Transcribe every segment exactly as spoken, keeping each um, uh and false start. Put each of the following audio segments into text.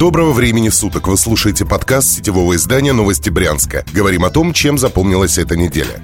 Доброго времени суток! Вы слушаете подкаст сетевого издания «Новости Брянска». Говорим о том, чем запомнилась эта неделя.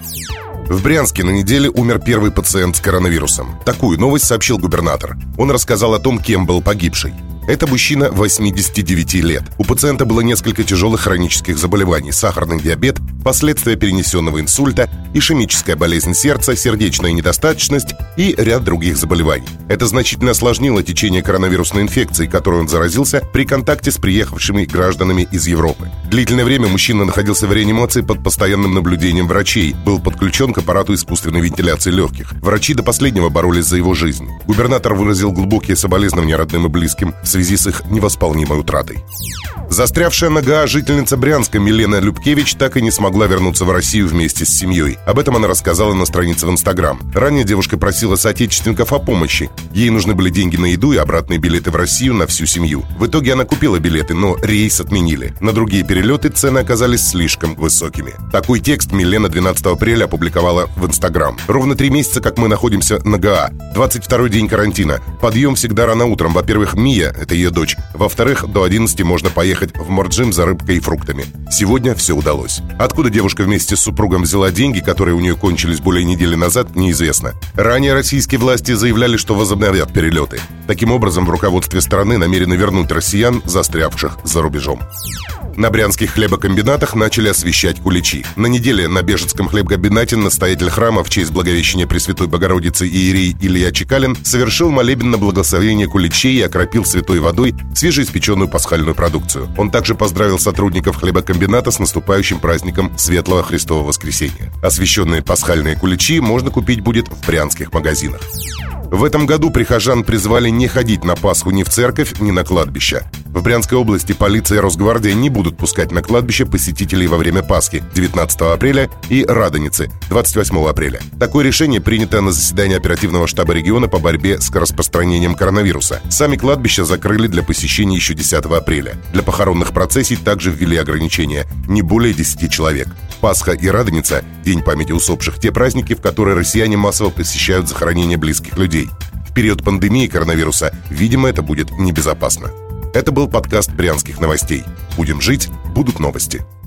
В Брянске на неделе умер первый пациент с коронавирусом. Такую новость сообщил губернатор. Он рассказал о том, кем был погибший. Это мужчина восьмидесяти девяти лет. У пациента было несколько тяжелых хронических заболеваний: сахарный диабет, последствия перенесенного инсульта, ишемическая болезнь сердца, сердечная недостаточность и ряд других заболеваний. Это значительно осложнило течение коронавирусной инфекции, которой он заразился при контакте с приехавшими гражданами из Европы. Длительное время мужчина находился в реанимации под постоянным наблюдением врачей, был подключен к аппарату искусственной вентиляции легких. Врачи до последнего боролись за его жизнь. Губернатор выразил глубокие соболезнования родным и близким в связи с их невосполнимой утратой. Застрявшая на ГАА жительница Брянска Милена Любкевич так и не смогла вернуться в Россию вместе с семьей. Об этом она рассказала на странице в Инстаграм. Ранее девушка просила соотечественников о помощи. Ей нужны были деньги на еду и обратные билеты в Россию на всю семью. В итоге она купила билеты, но рейс отменили. На другие перелеты цены оказались слишком высокими. Такой текст Милена двенадцатого апреля опубликовала в Инстаграм. Ровно три месяца, как мы находимся на ГАА. двадцать второй день карантина. Подъем всегда рано утром. Во-первых, Мия, это ее дочь. Во-вторых, до одиннадцати можно поехать в Морджим за рыбкой и фруктами. Сегодня все удалось. Откуда девушка вместе с супругом взяла деньги, которые у нее кончились более недели назад, неизвестно. Ранее российские власти заявляли, что возобновят перелеты. Таким образом, в руководстве страны намерены вернуть россиян, застрявших за рубежом. На брянских хлебокомбинатах начали освещать куличи. На неделе на Бежецком хлебокомбинате настоятель храма в честь Благовещения Пресвятой Богородицы иерей Илья Чекалин совершил молебен на благословение куличей и окропил святой водой свежеиспеченную пасхальную продукцию. Он также поздравил сотрудников хлебокомбината с наступающим праздником Светлого Христового Воскресения. Освященные пасхальные куличи можно купить будет в брянских магазинах. В этом году прихожан призвали не ходить на Пасху ни в церковь, ни на кладбище. В Брянской области полиция и Росгвардия не будут пускать на кладбище посетителей во время Пасхи девятнадцатого апреля и Радоницы двадцать восьмого апреля. Такое решение принято на заседании оперативного штаба региона по борьбе с распространением коронавируса. Сами кладбища закрыли для посещения еще десятого апреля. Для похоронных процессий также ввели ограничения – не более десяти человек. Пасха и Радоница – День памяти усопших – те праздники, в которые россияне массово посещают захоронения близких людей. В период пандемии коронавируса, видимо, это будет небезопасно. Это был подкаст брянских новостей. Будем жить, будут новости.